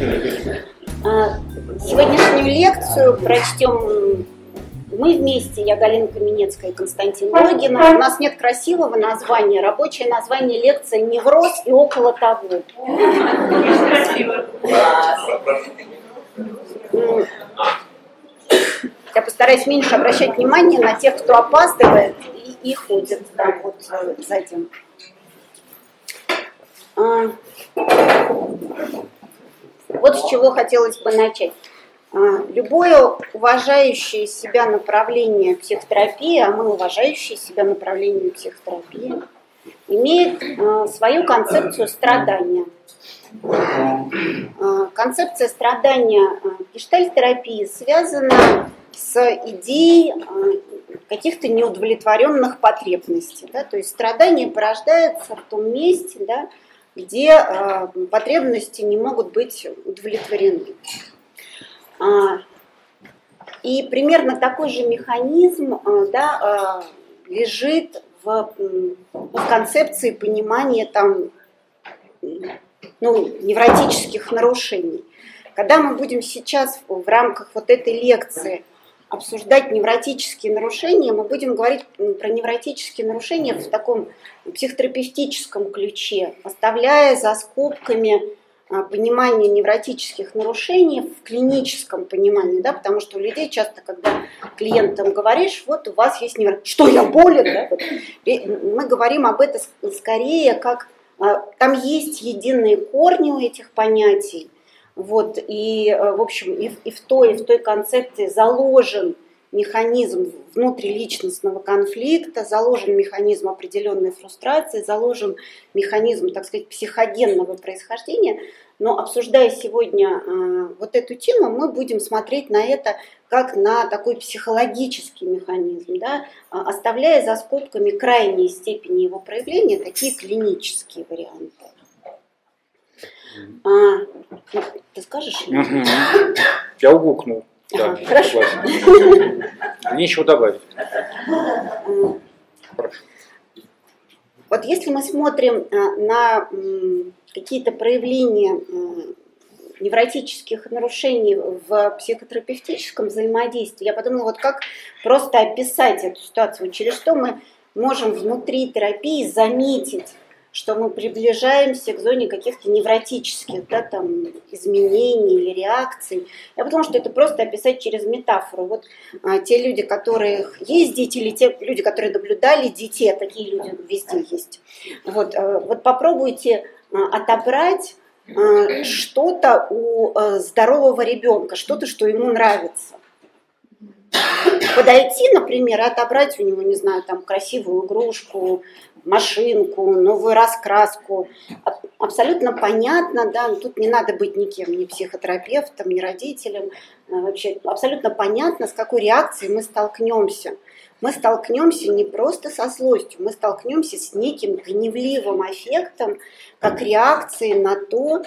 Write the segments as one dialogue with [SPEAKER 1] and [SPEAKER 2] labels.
[SPEAKER 1] Сегодняшнюю лекцию прочтем мы вместе, я Галина Каменецкая и Константин Логин. У нас нет красивого названия, рабочее название лекции «Невроз и около того». Я постараюсь меньше обращать внимание на тех, кто опаздывает и ходит там вот за этим. Вот с чего хотелось бы начать. Любое уважающее себя направление психотерапии, а мы уважающие себя направление психотерапии, имеет свою концепцию страдания. Концепция страдания гештальт-терапии связана с идеей каких-то неудовлетворенных потребностей. Да? То есть страдание порождается в том месте, да, где потребности не могут быть удовлетворены. И примерно такой же механизм лежит в концепции понимания невротических нарушений. Когда мы будем сейчас в рамках вот этой лекции обсуждать невротические нарушения, мы будем говорить про невротические нарушения в таком психотерапевтическом ключе, оставляя за скобками понимание невротических нарушений в клиническом понимании, да, потому что у людей часто, когда клиентам говоришь, вот у вас есть что я болен, да, вот, мы говорим об этом скорее как там есть единые корни у этих понятий, вот, и в общем и в той концепции заложен механизм внутриличностного конфликта, заложен механизм определенной фрустрации, заложен механизм, так сказать, психогенного происхождения. Но обсуждая сегодня вот эту тему, мы будем смотреть на это как на такой психологический механизм, да, оставляя за скобками крайние степени его проявления, такие клинические варианты. Ты скажешь?
[SPEAKER 2] Я угукнул. Да,
[SPEAKER 1] хорошо.
[SPEAKER 2] Нечего добавить. Хорошо.
[SPEAKER 1] Вот если мы смотрим на какие-то проявления невротических нарушений в психотерапевтическом взаимодействии, я подумала, вот как просто описать эту ситуацию, через что мы можем внутри терапии заметить, что мы приближаемся к зоне каких-то невротических, да, там, изменений или реакций. Я подумала, что это просто описать через метафору. Вот те люди, которых есть дети, или те люди, которые наблюдали детей, а такие люди везде есть. Вот попробуйте отобрать что-то у здорового ребенка, что-то, что ему нравится. Подойти, например, и отобрать у него, не знаю, там красивую игрушку, машинку, новую раскраску. Абсолютно понятно, да, тут не надо быть никем, ни психотерапевтом, ни родителем. Вообще абсолютно понятно, с какой реакцией мы столкнемся. Мы столкнемся не просто со злостью, мы столкнемся с неким гневливым аффектом, как реакцией на то,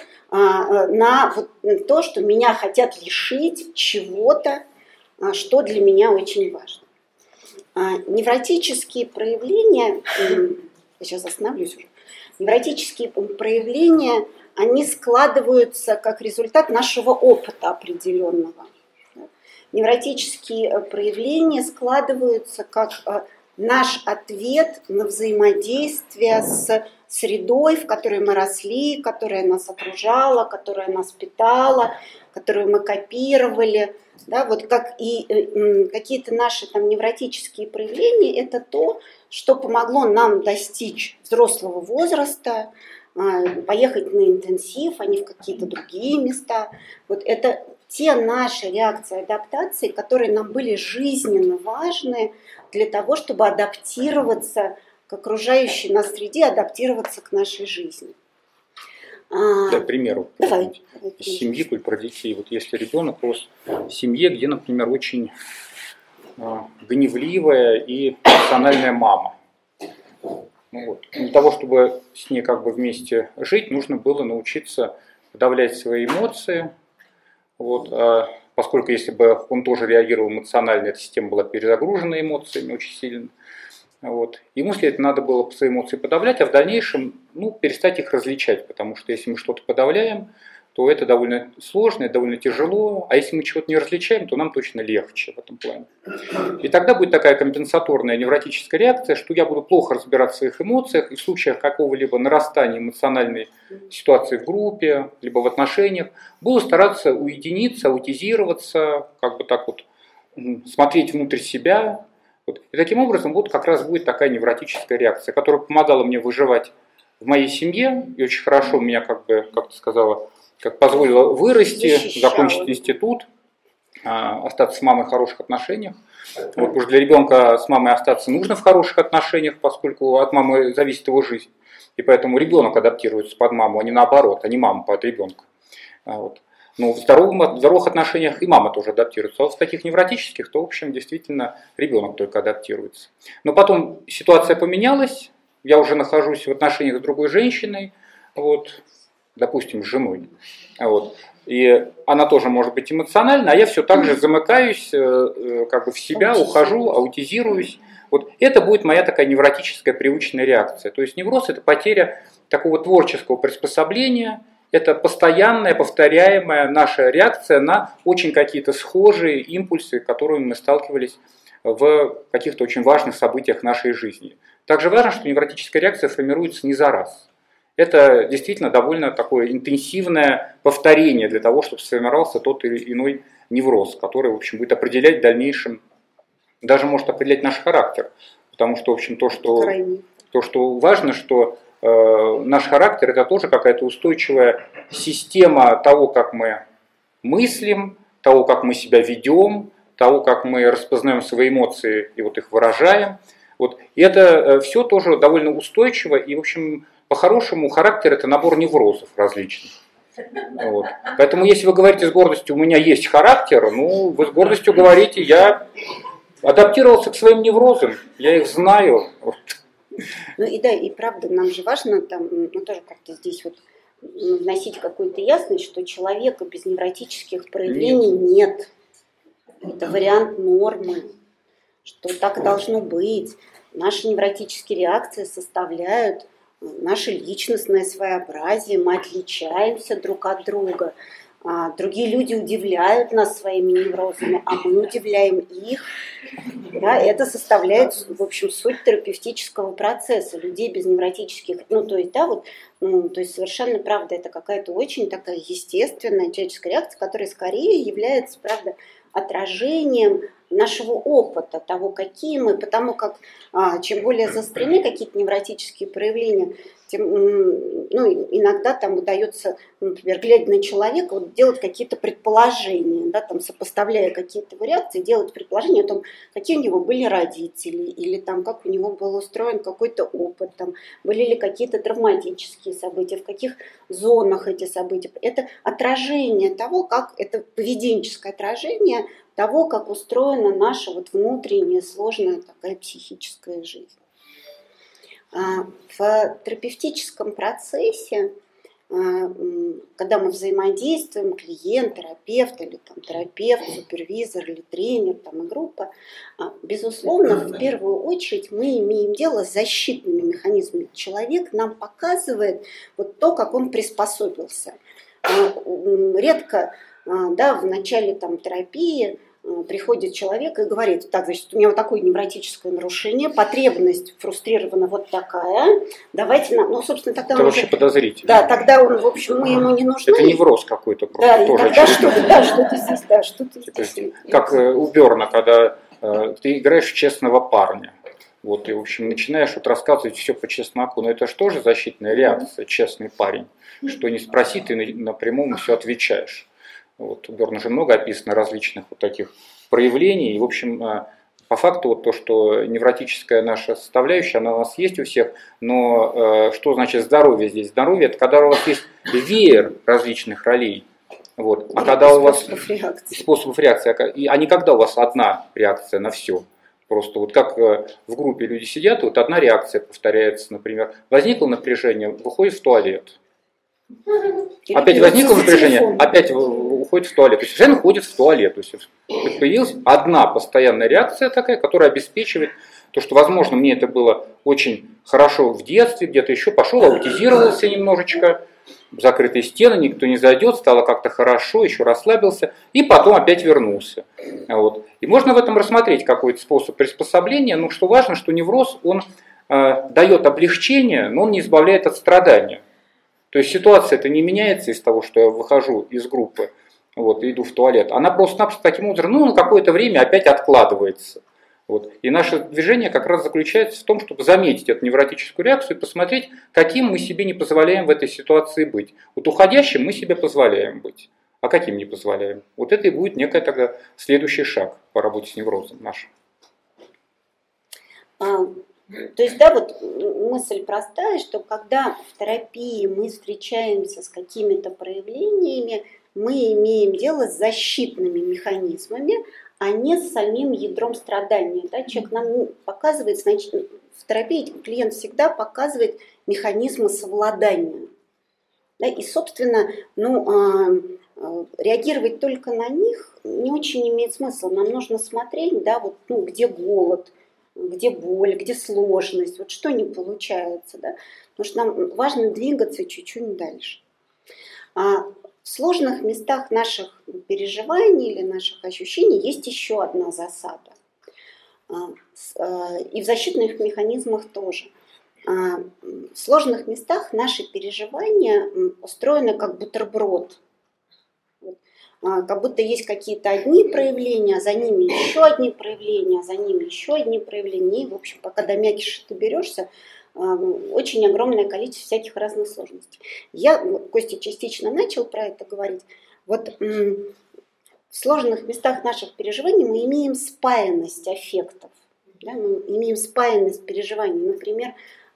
[SPEAKER 1] что меня хотят лишить чего-то, что для меня очень важно. Невротические проявления, я сейчас остановлюсь уже, невротические проявления, они складываются как результат нашего опыта определенного. Невротические проявления складываются как наш ответ на взаимодействие с средой, в которой мы росли, которая нас окружала, которая нас питала, которую мы копировали. Да, вот как и какие-то наши там невротические проявления, это то, что помогло нам достичь взрослого возраста, поехать на интенсив, а не в какие-то другие места. Вот это те наши реакции адаптации, которые нам были жизненно важны для того, чтобы адаптироваться к окружающей нас среде, адаптироваться к нашей жизни.
[SPEAKER 2] К примеру,
[SPEAKER 1] Давай.
[SPEAKER 2] Из семьи, про детей. Вот если ребенок рос в семье, где, например, очень гневливая и эмоциональная мама. Для того, чтобы с ней как бы вместе жить, нужно было научиться подавлять свои эмоции. Поскольку если бы он тоже реагировал эмоционально, эта система была перезагружена эмоциями очень сильно. Ему, следовательно, надо было свои эмоции подавлять, а в дальнейшем перестать их различать, потому что если мы что-то подавляем, то это довольно сложно, это довольно тяжело, а если мы чего-то не различаем, то нам точно легче в этом плане. И тогда будет такая компенсаторная невротическая реакция, что я буду плохо разбираться в своих эмоциях, и в случаях какого-либо нарастания эмоциональной ситуации в группе, либо в отношениях, буду стараться уединиться, аутизироваться, как бы так вот смотреть внутрь себя. Вот. И таким образом вот как раз будет такая невротическая реакция, которая помогала мне выживать в моей семье, и очень хорошо меня, как бы, как ты сказала, как позволила вырасти, закончить институт, остаться с мамой в хороших отношениях. Вот, потому что для ребенка с мамой остаться нужно в хороших отношениях, поскольку от мамы зависит его жизнь. И поэтому ребенок адаптируется под маму, а не наоборот, а не мама под ребенка. Вот. Но в здоровых отношениях и мама тоже адаптируется. А вот в таких невротических, то, в общем, действительно ребенок только адаптируется. Но потом ситуация поменялась, я уже нахожусь в отношениях с другой женщиной, вот, допустим, с женой. Вот. И она тоже может быть эмоциональна, а я все так же замыкаюсь как бы в себя, ухожу, аутизируюсь. Вот это будет моя такая невротическая привычная реакция. То есть невроз – это потеря такого творческого приспособления, это постоянная, повторяемая наша реакция на очень какие-то схожие импульсы, с которыми мы сталкивались в каких-то очень важных событиях нашей жизни. Также важно, что невротическая реакция формируется не за раз. Это действительно довольно такое интенсивное повторение для того, чтобы сформировался тот или иной невроз, который, в общем, будет определять в дальнейшем, даже может определять наш характер. Потому что, в общем, то, что важно, что наш характер – это тоже какая-то устойчивая система того, как мы мыслим, того, как мы себя ведем, того, как мы распознаем свои эмоции и вот их выражаем. Вот. И это все тоже довольно устойчиво, и, в общем, по-хорошему характер – это набор неврозов различных. Вот. Поэтому, если вы говорите с гордостью, у меня есть характер, ну, вы с гордостью говорите, я адаптировался к своим неврозам, я их знаю. Вот.
[SPEAKER 1] Ну и да, и правда, нам же важно там, ну, тоже как-то здесь вот вносить какую-то ясность, что человека без невротических проявлений нет. Это вариант нормы, что так должно быть. Наши невротические реакции составляют наше личностное своеобразие, мы отличаемся друг от друга. Другие люди удивляют нас своими неврозами, а мы удивляем их. Да, это составляет, в общем, суть терапевтического процесса людей без невротических. Ну, то есть, да, вот, то есть совершенно правда, это какая-то очень такая естественная человеческая реакция, которая скорее является, правда, отражением нашего опыта, того, какие мы, потому как чем более заострены какие-то невротические проявления, тем, ну, иногда там удается, например, глядя на человека, вот, делать какие-то предположения, да, там, сопоставляя какие-то реакции, делать предположения о том, какие у него были родители, или там, как у него был устроен какой-то опыт, там, были ли какие-то травматические события, в каких зонах эти события. Это отражение того, как это поведенческое отражение того, как устроена наша вот внутренняя сложная такая психическая жизнь. В терапевтическом процессе, когда мы взаимодействуем, клиент, терапевт, или там, терапевт, супервизор, или тренер, там, и группа, безусловно, в первую очередь мы имеем дело с защитными механизмами. Человек нам показывает вот то, как он приспособился. Редко, да, в начале там, терапии приходит человек и говорит: так, значит, у меня вот такое невротическое нарушение, потребность фрустрирована вот такая, давайте нам, ну, собственно, тогда... Это
[SPEAKER 2] вообще уже подозрительно.
[SPEAKER 1] Да, тогда он, в общем, мы ему не нужны.
[SPEAKER 2] Это невроз какой-то просто.
[SPEAKER 1] Да, тоже и тогда что-то здесь, да, что-то здесь.
[SPEAKER 2] Как у Берна, когда ты играешь в честного парня. Вот, и, в общем, начинаешь вот рассказывать все по чесноку. Но это же тоже защитная реакция, честный парень. Что не спроси, ты напрямую все отвечаешь. Вот, у Берна же много описано различных вот таких проявлений. И, в общем, по факту вот то, что невротическая наша составляющая, она у нас есть у всех, но что значит здоровье здесь? Здоровье – это когда у вас есть веер различных ролей. Вот. А когда у вас способов реакции, а не когда у вас одна реакция на все. Просто вот как в группе люди сидят, вот одна реакция повторяется, например, возникло напряжение, выходит в туалет. Опять возникло напряжение, опять уходит в туалет. То есть постоянно ходит в туалет. То есть появилась одна постоянная реакция такая, которая обеспечивает то, что, возможно, мне это было очень хорошо в детстве, где-то еще пошел, аутизировался немножечко. закрытые стены, никто не зайдет, стало как-то хорошо, еще расслабился, и потом опять вернулся. Вот. И можно в этом рассмотреть какой-то способ приспособления, но что важно, что невроз, он дает облегчение, но он не избавляет от страдания. То есть ситуация это не меняется из того, что я выхожу из группы, вот, и иду в туалет. Она просто-напросто таким образом, на какое-то время опять откладывается. Вот. И наше движение как раз заключается в том, чтобы заметить эту невротическую реакцию и посмотреть, каким мы себе не позволяем в этой ситуации быть. Вот уходящим мы себе позволяем быть, а каким не позволяем. Вот это и будет некий тогда следующий шаг по работе с неврозом нашим.
[SPEAKER 1] То есть, да, вот мысль простая, что когда в терапии мы встречаемся с какими-то проявлениями, мы имеем дело с защитными механизмами, а не с самим ядром страдания. Да? Человек нам показывает, значит, в терапии клиент всегда показывает механизмы совладания. Да? И, собственно, реагировать только на них не очень имеет смысла. Нам нужно смотреть, да, вот, где голод, где боль, где сложность, вот что не получается. Да? Потому что нам важно двигаться чуть-чуть дальше. В сложных местах наших переживаний или наших ощущений есть еще одна засада. И в защитных механизмах тоже. В сложных местах наши переживания устроены как бутерброд. Как будто есть какие-то одни проявления, а за ними еще одни проявления, а за ними еще одни проявления. И, в общем, пока до мякиша ты берешься, очень огромное количество всяких разных сложностей. Костя частично начал про это говорить. Вот в сложных местах наших переживаний мы имеем спаянность аффектов. Да? Мы имеем спаянность переживаний. Например,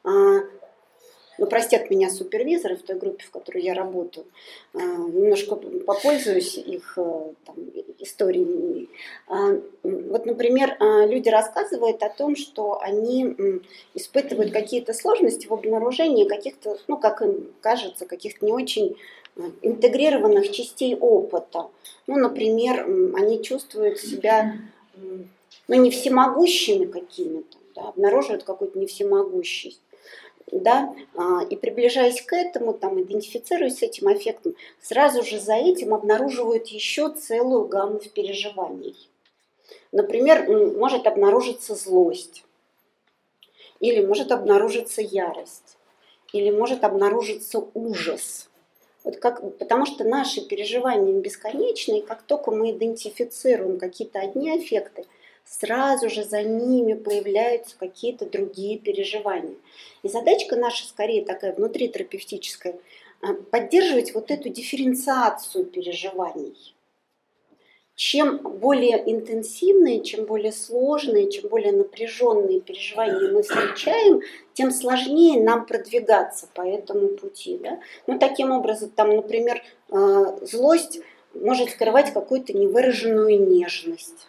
[SPEAKER 1] простят меня супервизоры в той группе, в которой я работаю, немножко попользуюсь их историями. Вот, например, люди рассказывают о том, что они испытывают какие-то сложности в обнаружении каких-то, как им кажется, каких-то не очень интегрированных частей опыта. Например, они чувствуют себя не всемогущими какими-то, да, обнаруживают какую-то невсемогущесть. Да, и приближаясь к этому, идентифицируясь с этим аффектом, сразу же за этим обнаруживают еще целую гамму переживаний. Например, может обнаружиться злость, или может обнаружиться ярость, или может обнаружиться ужас. Потому что наши переживания бесконечны, и как только мы идентифицируем какие-то одни аффекты, сразу же за ними появляются какие-то другие переживания. И задачка наша скорее такая внутритерапевтическая, поддерживать вот эту дифференциацию переживаний. Чем более интенсивные, чем более сложные, чем более напряженные переживания мы встречаем, тем сложнее нам продвигаться по этому пути. Да? Таким образом, например, злость может скрывать какую-то невыраженную нежность.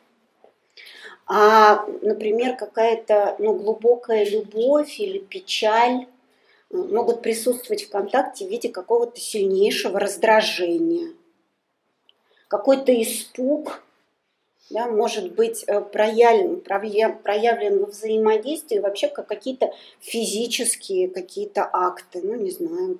[SPEAKER 1] А, например, какая-то глубокая любовь или печаль могут присутствовать в контакте в виде какого-то сильнейшего раздражения. Какой-то испуг, да, может быть проявлен во взаимодействии вообще как какие-то физические какие-то акты, не знаю,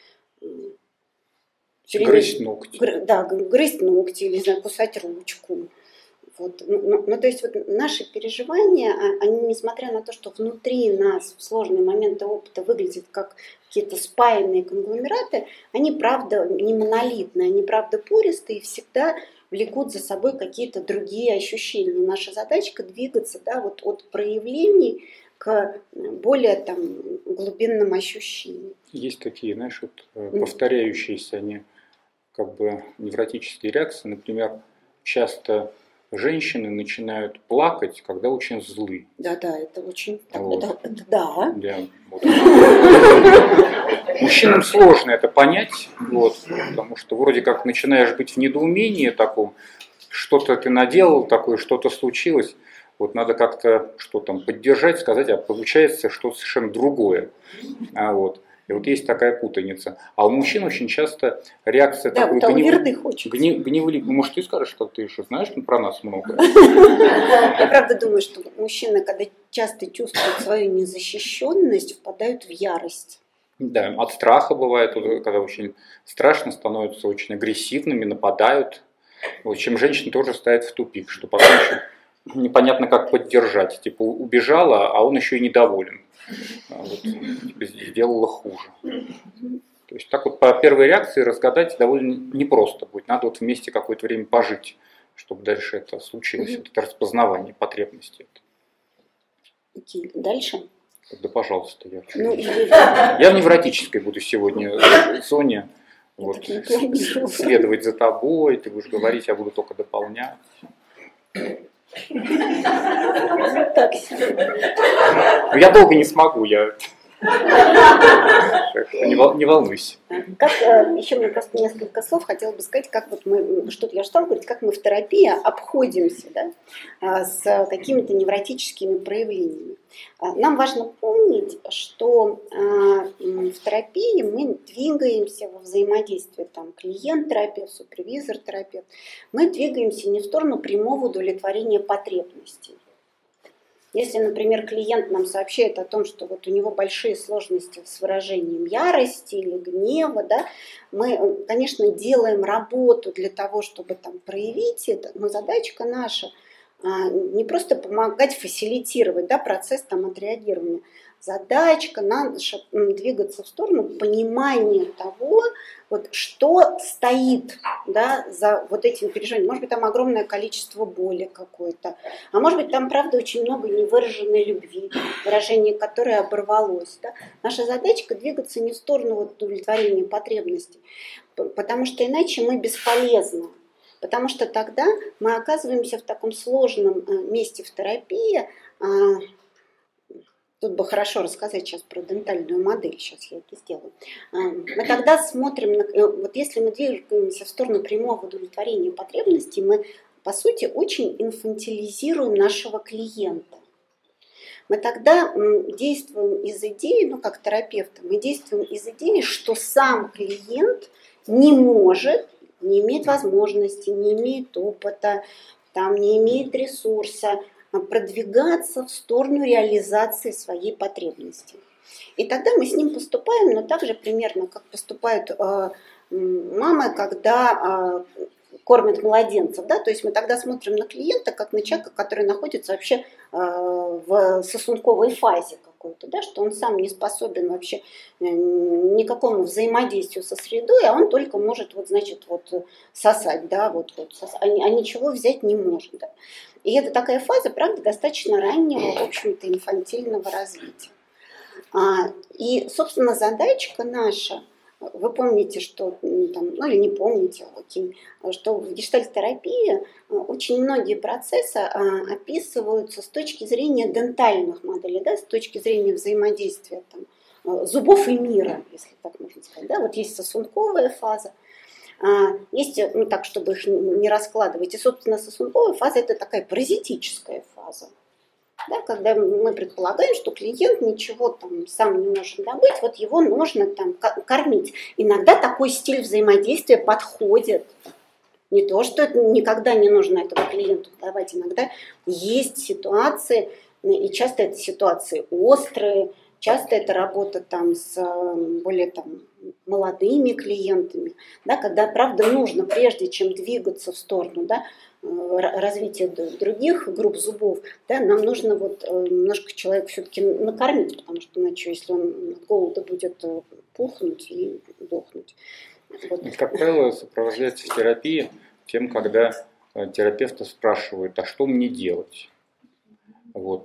[SPEAKER 2] грызть ногти.
[SPEAKER 1] Грызть ногти или, не знаю, кусать ручку. Вот. То есть наши переживания, они, несмотря на то, что внутри нас в сложные моменты опыта выглядят как какие-то спаянные конгломераты, они, правда, не монолитные, они, правда, пористые и всегда влекут за собой какие-то другие ощущения. И наша задачка двигаться, да, от проявлений к более глубинным ощущениям.
[SPEAKER 2] Есть такие, повторяющиеся они невротические реакции. Например, часто женщины начинают плакать, когда очень злы.
[SPEAKER 1] Да, это очень...
[SPEAKER 2] Вот.
[SPEAKER 1] Да.
[SPEAKER 2] Вот. Мужчинам сложно это понять, потому что вроде как начинаешь быть в недоумении таком, что-то ты наделал такое, что-то случилось, надо как-то поддержать, сказать, а получается что-то совершенно другое. И есть такая путаница. А у мужчин очень часто реакция такой гневливой. Может, ты скажешь, что ты еще знаешь про нас много?
[SPEAKER 1] Я правда думаю, что мужчины, когда часто чувствуют свою незащищенность, впадают в ярость.
[SPEAKER 2] Да, от страха бывает, когда очень страшно, становятся очень агрессивными, нападают. В общем, женщина тоже ставит в тупик, что потом еще непонятно, как поддержать. Типа убежала, а он еще и недоволен. Вот, типа, сделала хуже. То есть так вот по первой реакции разгадать довольно непросто будет. Надо вот вместе какое-то время пожить, чтобы дальше это случилось, вот это распознавание потребностей.
[SPEAKER 1] Окей, дальше.
[SPEAKER 2] Да, пожалуйста, я в невротической буду сегодня, Соня. Вот, следовать за тобой, ты будешь говорить, я буду только дополнять. Я долго не смогу, не волнуйся.
[SPEAKER 1] Еще мне просто несколько слов хотела бы сказать, как вот мы, что-то я стала говорить, как мы в терапии обходимся, да, с какими-то невротическими проявлениями. Нам важно помнить, что в терапии мы двигаемся во взаимодействии, там, клиент-терапевт, супервизор-терапевт, мы двигаемся не в сторону прямого удовлетворения потребностей. Если, например, клиент нам сообщает о том, что вот у него большие сложности с выражением ярости или гнева, да, мы, конечно, делаем работу для того, чтобы там проявить это, но задачка наша не просто помогать фасилитировать, да, процесс там отреагирования. Задачка наша двигаться в сторону понимания того, вот, что стоит, да, за вот этим переживанием. Может быть, там огромное количество боли какой-то, а может быть, там, правда, очень много невыраженной любви, выражение которой оборвалось. Да. Наша задачка двигаться не в сторону вот удовлетворения потребностей, потому что иначе мы бесполезны. Потому что тогда мы оказываемся в таком сложном месте в терапии. Тут бы хорошо рассказать сейчас про дентальную модель, сейчас я это сделаю. Мы тогда смотрим, вот если мы двигаемся в сторону прямого удовлетворения потребностей, мы, по сути, очень инфантилизируем нашего клиента. Мы тогда действуем из идеи, ну как терапевты, мы действуем из идеи, что сам клиент не может, не имеет возможности, не имеет опыта, там, не имеет ресурса продвигаться в сторону реализации своей потребности. И тогда мы с ним поступаем, но так же примерно, как поступают мамы, когда кормят младенцев. Да? То есть мы тогда смотрим на клиента, как на человека, который находится вообще в сосунковой фазе какой-то, да? Что он сам не способен вообще никакому взаимодействию со средой, а он только может вот, значит, вот, сосать, да? А ничего взять не может. Да? И это такая фаза, правда, достаточно раннего, в общем-то, инфантильного развития. И, собственно, задачка наша, вы помните, что, там, ну или не помните, окей, что в гештальт-терапии очень многие процессы описываются с точки зрения дентальных моделей, да, с точки зрения взаимодействия там, зубов и мира, если так можно сказать. Да? Вот есть сосунковая фаза, есть, ну так, чтобы их не раскладывать, и, собственно, сосунковая фаза – это такая паразитическая фаза. Да, когда мы предполагаем, что клиент ничего там сам не может добыть, вот его нужно там кормить. Иногда такой стиль взаимодействия подходит. Не то, что это никогда не нужно этого клиенту давать. Иногда есть ситуации, и часто это ситуации острые, часто это работа там с более там молодыми клиентами, да, когда, правда, нужно, прежде чем двигаться в сторону, да, развития других групп зубов, да, нам нужно вот немножко человека все-таки накормить, потому что иначе, если он от голода будет пухнуть и дохнуть. Вот.
[SPEAKER 2] Как правило, сопровождается в терапии тем, когда терапевта спрашивают, а что мне делать? Вот.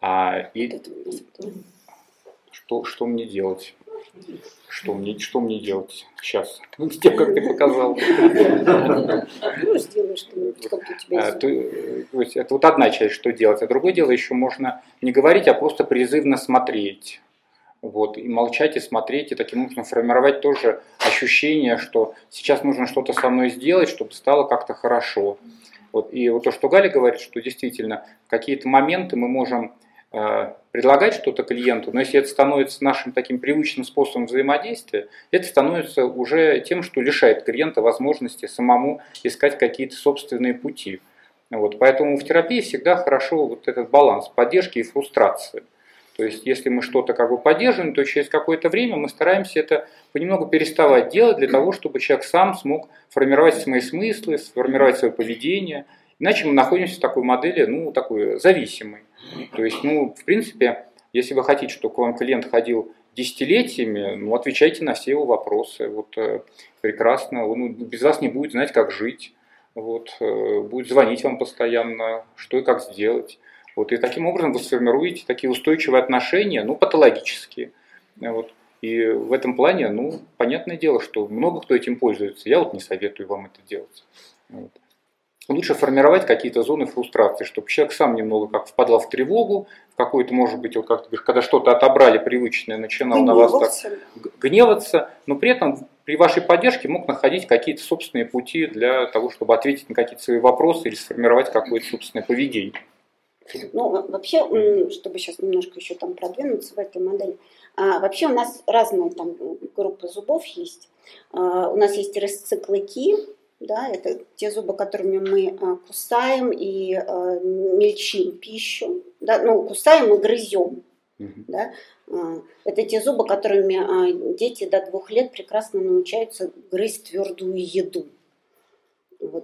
[SPEAKER 2] Что мне делать? Что мне делать сейчас? С тем, как ты показал.
[SPEAKER 1] Ну, сделай что-нибудь, как у тебя есть.
[SPEAKER 2] Это вот одна часть, что делать. А другое дело, еще можно не говорить, а просто призывно смотреть. Вот, и молчать, и смотреть, и таким образом формировать тоже ощущение, что сейчас нужно что-то со мной сделать, чтобы стало как-то хорошо. Вот, и вот то, что Галя говорит, что действительно в какие-то моменты мы можем предлагать что-то клиенту, но если это становится нашим таким привычным способом взаимодействия, это становится уже тем, что лишает клиента возможности самому искать какие-то собственные пути. Вот, поэтому в терапии всегда хорошо вот этот баланс поддержки и фрустрации. То есть, если мы что-то как бы поддерживаем, то через какое-то время мы стараемся это понемногу переставать делать для того, чтобы человек сам смог формировать свои смыслы, сформировать свое поведение. Иначе мы находимся в такой модели, ну, такой зависимой. То есть, ну, в принципе, если вы хотите, чтобы к вам клиент ходил десятилетиями, ну, отвечайте на все его вопросы. Вот, прекрасно. Он без вас не будет знать, как жить. Вот, будет звонить вам постоянно, что и как сделать. Вот, и таким образом вы сформируете такие устойчивые отношения, ну, патологические. Вот. И в этом плане, ну, понятное дело, что много кто этим пользуется. Я вот не советую вам это делать. Вот. Лучше формировать какие-то зоны фрустрации, чтобы человек сам немного как впадал в тревогу, в какой-то, может быть, вот как ты говоришь, когда что-то отобрали привычное, начинал на вас так гневаться, но при этом при вашей поддержке мог находить какие-то собственные пути для того, чтобы ответить на какие-то свои вопросы или сформировать какое-то собственное поведение.
[SPEAKER 1] Ну, вообще, чтобы сейчас немножко еще там продвинуться в этой модели, вообще у нас разные там группы зубов есть. У нас есть расциклыки, да, это те зубы, которыми мы кусаем и мельчим пищу, да, ну, кусаем и грызем. Да. Это те зубы, которыми дети до 2 лет прекрасно научаются грызть твердую еду. Вот.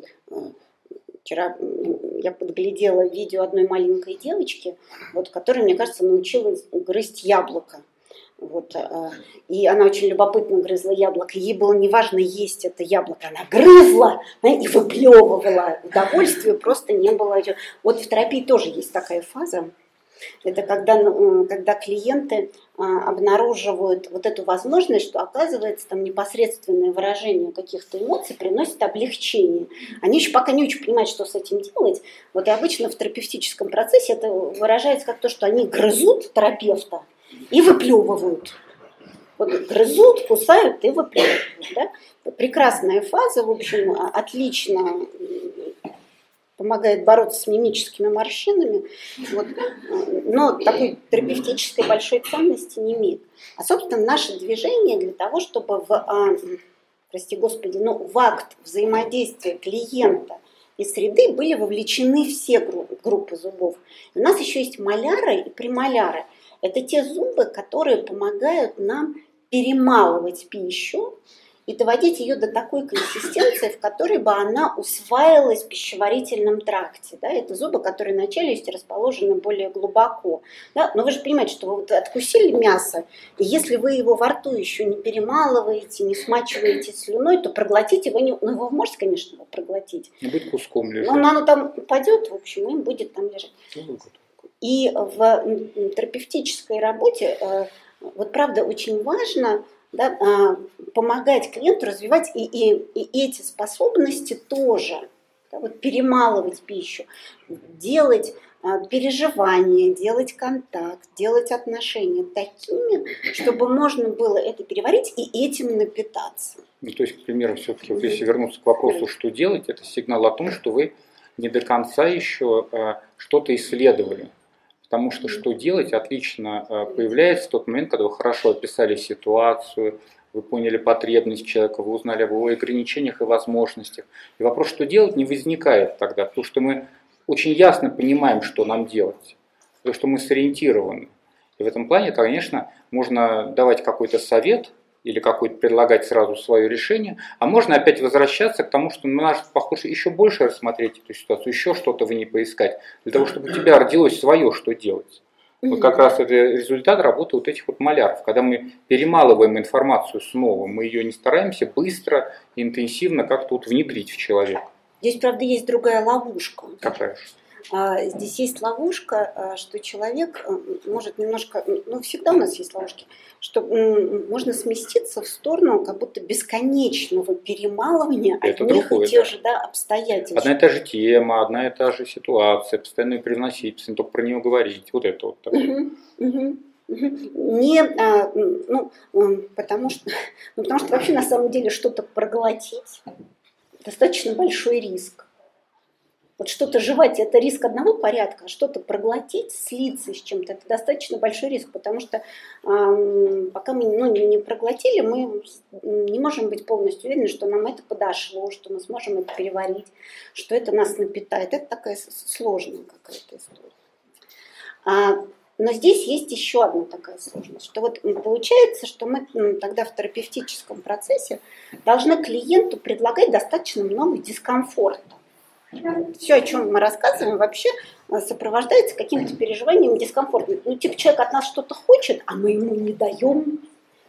[SPEAKER 1] Вчера я подглядела видео одной маленькой девочки, вот, которая, мне кажется, научилась грызть яблоко. Вот, и она очень любопытно грызла яблоко. Ей было неважно есть это яблоко. Она грызла и выплевывала. Удовольствия просто не было. Вот в терапии тоже есть такая фаза. Это когда клиенты обнаруживают вот эту возможность, что, оказывается, там непосредственное выражение каких-то эмоций приносит облегчение. Они еще пока не очень понимают, что с этим делать. Вот и обычно в терапевтическом процессе это выражается как то, что они грызут терапевта и выплевывают. Вот грызут, кусают и выплевывают. Да? Прекрасная фаза, в общем, отлично помогает бороться с мимическими морщинами, вот, но такой терапевтической большой ценности не имеет. А, собственно, наше движение для того, чтобы в акт взаимодействия клиента и среды были вовлечены все группы зубов. И у нас еще есть маляры и премоляры. Это те зубы, которые помогают нам перемалывать пищу и доводить ее до такой консистенции, в которой бы она усваивалась в пищеварительном тракте. Да? Это зубы, которые на челюсти расположены более глубоко. Да? Но вы же понимаете, что вы вот откусили мясо, и если вы его во рту еще не перемалываете, не смачиваете слюной, то проглотить его не... Ну, вы можете, конечно, его проглотить.
[SPEAKER 2] Не будет куском лежать.
[SPEAKER 1] Но оно там упадет, в общем, и будет там лежать. И в терапевтической работе, вот правда, очень важно, да, помогать клиенту развивать и эти способности тоже, да, вот перемалывать пищу, делать переживания, делать контакт, делать отношения такими, чтобы можно было это переварить и этим напитаться.
[SPEAKER 2] Ну, то есть, к примеру, все-таки, вот если вернуться к вопросу, что делать, это сигнал о том, что вы не до конца еще что-то исследовали. Потому что делать отлично появляется в тот момент, когда вы хорошо описали ситуацию, вы поняли потребность человека, вы узнали об его ограничениях и возможностях. И вопрос, что делать, не возникает тогда, потому что мы очень ясно понимаем, что нам делать, потому что мы сориентированы. И в этом плане, конечно, можно давать какой-то совет или какой-то предлагать сразу свое решение, а можно опять возвращаться к тому, что надо, похоже, еще больше рассмотреть эту ситуацию, еще что-то в ней поискать, для того, чтобы у тебя родилось свое, что делать. Вот как раз это результат работы вот этих вот маляров. Когда мы перемалываем информацию снова, мы ее не стараемся быстро, интенсивно как-то вот внедрить в человека.
[SPEAKER 1] Здесь, правда, есть другая ловушка.
[SPEAKER 2] Какая же?
[SPEAKER 1] Здесь есть ловушка, что человек может немножко, ну всегда у нас есть ловушки, что можно сместиться в сторону как будто бесконечного перемалывания одних и тех же обстоятельств.
[SPEAKER 2] Одна и та же тема, одна и та же ситуация, постоянно ее привносить, постоянно только про нее говорить, вот это вот.
[SPEAKER 1] Потому что вообще на самом деле что-то проглотить достаточно большой риск. Вот что-то жевать – это риск одного порядка, а что-то проглотить, слиться с чем-то – это достаточно большой риск, потому что пока мы не проглотили, мы не можем быть полностью уверены, что нам это подошло, что мы сможем это переварить, что это нас напитает. Это такая сложная какая-то история. Но здесь есть еще одна такая сложность, что вот получается, что мы тогда в терапевтическом процессе должны клиенту предлагать достаточно много дискомфорта. Все, о чем мы рассказываем, вообще сопровождается каким-то переживанием дискомфорта. Ну, типа человек от нас что-то хочет, а мы ему не даем.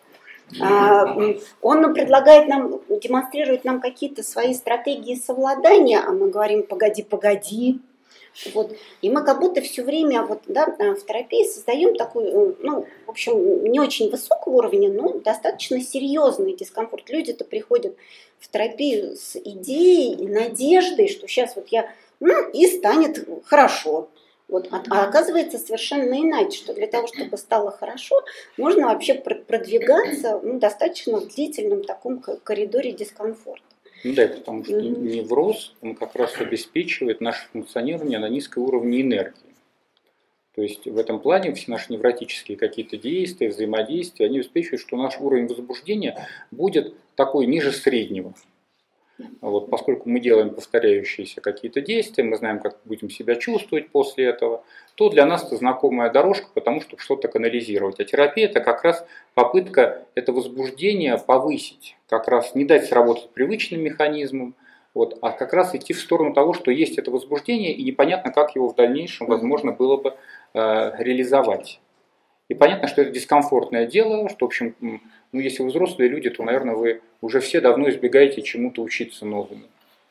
[SPEAKER 1] Он предлагает нам, демонстрирует нам какие-то свои стратегии совладания, а мы говорим: погоди, погоди. Вот. И мы как будто все время вот, да, в терапии создаем такой, ну, в общем, не очень высокого уровня, но достаточно серьезный дискомфорт. Люди-то приходят в терапию с идеей и надеждой, что сейчас вот я, и станет хорошо. Вот. А оказывается совершенно иначе, что для того, чтобы стало хорошо, можно вообще продвигаться достаточно в длительном таком коридоре дискомфорта.
[SPEAKER 2] Ну да, потому что невроз, он как раз обеспечивает наше функционирование на низком уровне энергии. То есть в этом плане все наши невротические какие-то действия, взаимодействия, они обеспечивают, что наш уровень возбуждения будет такой ниже среднего. Вот, поскольку мы делаем повторяющиеся какие-то действия, мы знаем, как будем себя чувствовать после этого, то для нас это знакомая дорожка, потому что что-то канализировать. А терапия – это как раз попытка это возбуждение повысить, как раз не дать сработать привычным механизмам, вот, а как раз идти в сторону того, что есть это возбуждение, и непонятно, как его в дальнейшем возможно было бы реализовать. И понятно, что это дискомфортное дело, что, в общем, ну, если вы взрослые люди, то, наверное, вы уже все давно избегаете чему-то учиться новому.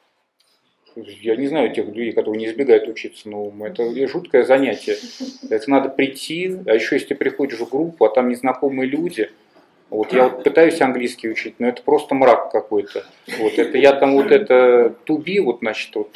[SPEAKER 2] Я не знаю тех людей, которые не избегают учиться новому. Это жуткое занятие. Это надо прийти, а еще если ты приходишь в группу, а там незнакомые люди. Вот я вот пытаюсь английский учить, но это просто мрак какой-то. Вот это я там вот это туби, вот значит, вот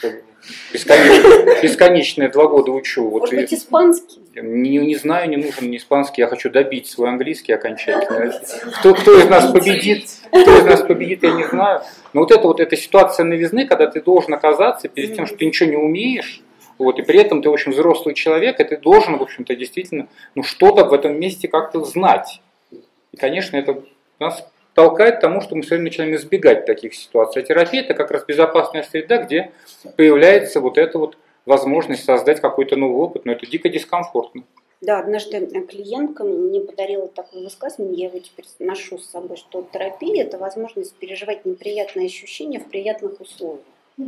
[SPEAKER 2] бесконечные 2 года учу. Вот,
[SPEAKER 1] может быть, испанский?
[SPEAKER 2] Не знаю, не нужен мне испанский, я хочу добить свой английский окончательно. Кто из нас победит, я не знаю. Но вот эта ситуация новизны, когда ты должен оказаться перед тем, что ты ничего не умеешь, вот, и при этом ты очень взрослый человек, и ты должен, в общем-то, действительно, что-то в этом месте как-то знать. И, конечно, это нас толкает к тому, что мы все время начинаем избегать таких ситуаций. А терапия – это как раз безопасная среда, где появляется вот эта вот возможность создать какой-то новый опыт, но это дико дискомфортно.
[SPEAKER 1] Да, однажды клиентка мне подарила такое высказывание, я его теперь ношу с собой, что терапия – это возможность переживать неприятные ощущения в приятных условиях.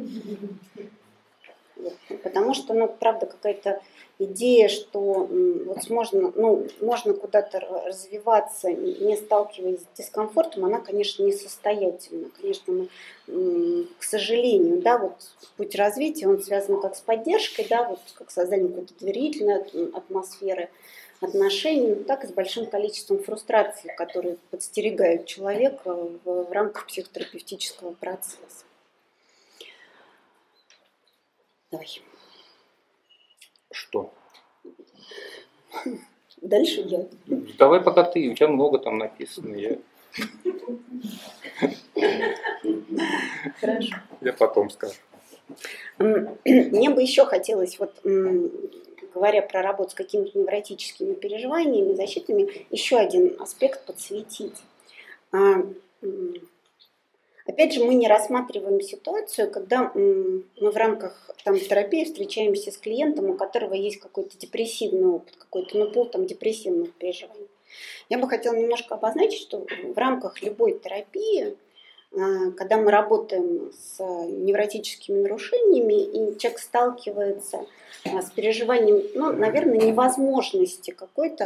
[SPEAKER 1] Потому что, правда, какая-то идея, что вот можно куда-то развиваться, не сталкиваясь с дискомфортом, она, конечно, несостоятельна. Конечно, мы, к сожалению, да, вот путь развития, он связан как с поддержкой, да, вот как с созданием какой-то доверительной атмосферы отношений, так и с большим количеством фрустраций, которые подстерегают человека в рамках психотерапевтического процесса. Давай.
[SPEAKER 2] Что?
[SPEAKER 1] Дальше я.
[SPEAKER 2] Давай пока ты, у тебя много там написано.
[SPEAKER 1] Хорошо.
[SPEAKER 2] Я потом скажу.
[SPEAKER 1] Мне бы еще хотелось, вот, говоря про работу с какими-то невротическими переживаниями, защитами, еще один аспект подсветить. Опять же, мы не рассматриваем ситуацию, когда мы в рамках терапии встречаемся с клиентом, у которого есть какой-то депрессивный опыт, какой-то пул депрессивных переживаний. Я бы хотела немножко обозначить, что в рамках любой терапии, когда мы работаем с невротическими нарушениями, и человек сталкивается с переживанием, наверное, невозможности какой-то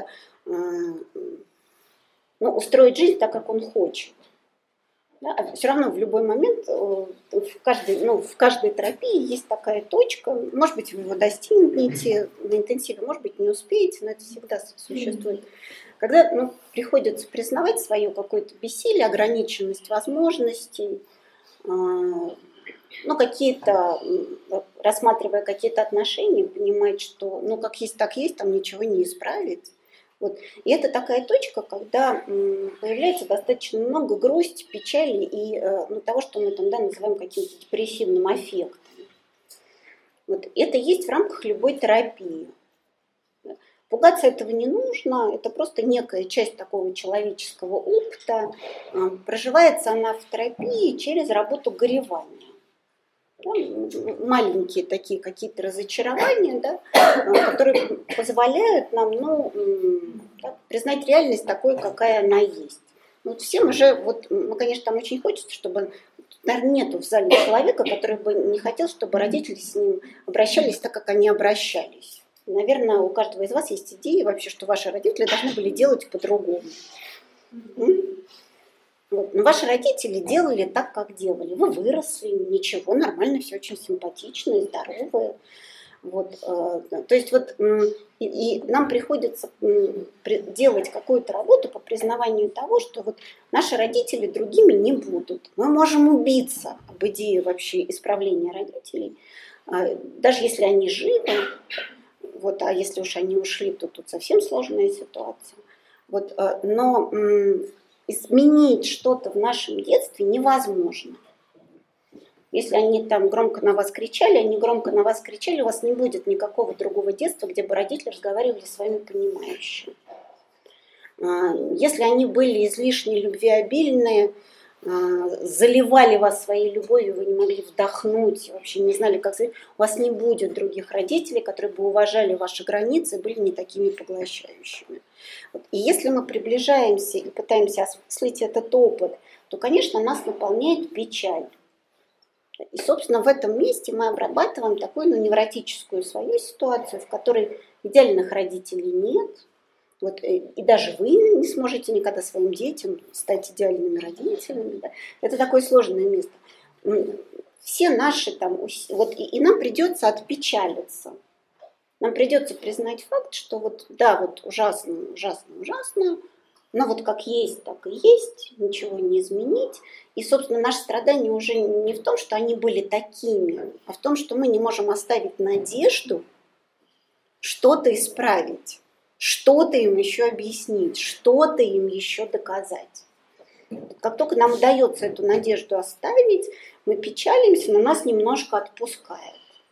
[SPEAKER 1] устроить жизнь так, как он хочет. Да, все равно в любой момент в каждой терапии есть такая точка, может быть, вы его достигнете на интенсиве, может быть, не успеете, но это всегда существует. Когда приходится признавать свое какое-то бессилие, ограниченность возможностей, какие-то, рассматривая какие-то отношения, понимать, что как есть, так есть, там ничего не исправить. Вот. И это такая точка, когда появляется достаточно много грусти, печали и того, что мы называем каким-то депрессивным аффектом. Вот. Это есть в рамках любой терапии. Пугаться этого не нужно, это просто некая часть такого человеческого опыта. Проживается она в терапии через работу горевания. да, маленькие такие какие-то разочарования, да, которые позволяют нам признать реальность такой, какая она есть. Вот всем уже, конечно, там очень хочется, чтобы, наверное, нету в зале человека, который бы не хотел, чтобы родители с ним обращались так, как они обращались. Наверное, у каждого из вас есть идеи вообще, что ваши родители должны были делать по-другому. Вот. Но ваши родители делали так, как делали. Вы выросли, ничего, нормально, все очень симпатичные, здоровые. Вот, то есть и нам приходится делать какую-то работу по признаванию того, что вот наши родители другими не будут. Мы можем убиться об идее вообще исправления родителей, даже если они живы, а если уж они ушли, то тут совсем сложная ситуация. Но изменить что-то в нашем детстве невозможно. Если они там громко на вас кричали, у вас не будет никакого другого детства, где бы родители разговаривали с вами понимающе. Если они были излишне любвеобильные, заливали вас своей любовью, вы не могли вдохнуть, вообще не знали, как сказать, у вас не будет других родителей, которые бы уважали ваши границы и были не такими поглощающими. И если мы приближаемся и пытаемся осмыслить этот опыт, то, конечно, нас наполняет печаль. И, собственно, в этом месте мы обрабатываем такую невротическую свою ситуацию, в которой идеальных родителей нет. И даже вы не сможете никогда своим детям стать идеальными родителями. Да? Это такое сложное место. Все наши и нам придется отпечалиться. Нам придется признать факт, что ужасно, ужасно, ужасно, но как есть, так и есть, ничего не изменить. И, собственно, наше страдание уже не в том, что они были такими, а в том, что мы не можем оставить надежду что-то исправить, что-то им еще объяснить, что-то им еще доказать. Как только нам удается эту надежду оставить, мы печалимся, но нас немножко отпускает.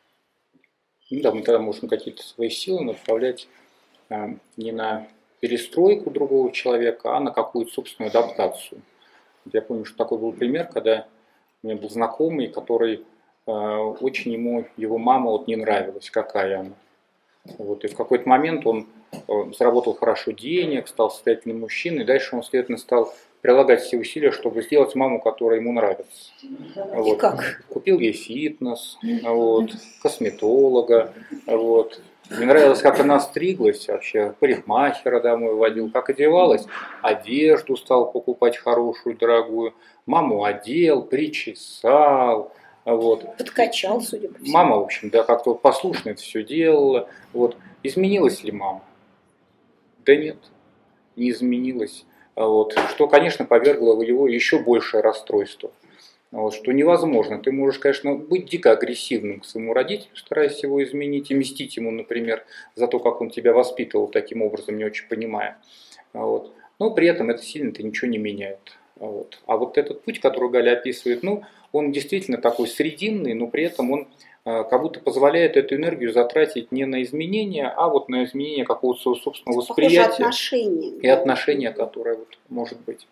[SPEAKER 2] Да, мы тогда можем какие-то свои силы направлять не на перестройку другого человека, а на какую-то собственную адаптацию. Я помню, что такой был пример, когда у меня был знакомый, который очень его мама не нравилась, какая она. И в какой-то момент он заработал хорошо денег, стал состоятельным мужчиной, и дальше он, следовательно, стал прилагать все усилия, чтобы сделать маму, которая ему нравится.
[SPEAKER 1] И как?
[SPEAKER 2] Купил ей фитнес, косметолога. Мне нравилось, как она стриглась вообще, парикмахера домой водил, как одевалась, одежду стал покупать хорошую, дорогую, маму одел, причесал.
[SPEAKER 1] Подкачал, судя по всему.
[SPEAKER 2] Мама, в общем, как-то послушно это все делала. Изменилась ли мама? Да нет, не изменилась. Что, конечно, повергло его еще большее расстройство. Что невозможно. Ты можешь, конечно, быть дико агрессивным к своему родителю, стараясь его изменить и мстить ему, например, за то, как он тебя воспитывал таким образом, не очень понимая. Но при этом это сильно-то ничего не меняет. А этот путь, который Галя описывает, он действительно такой срединный, но при этом он как будто позволяет эту энергию затратить не на изменения, а на изменение какого-то своего собственного восприятия и отношения, которое может быть.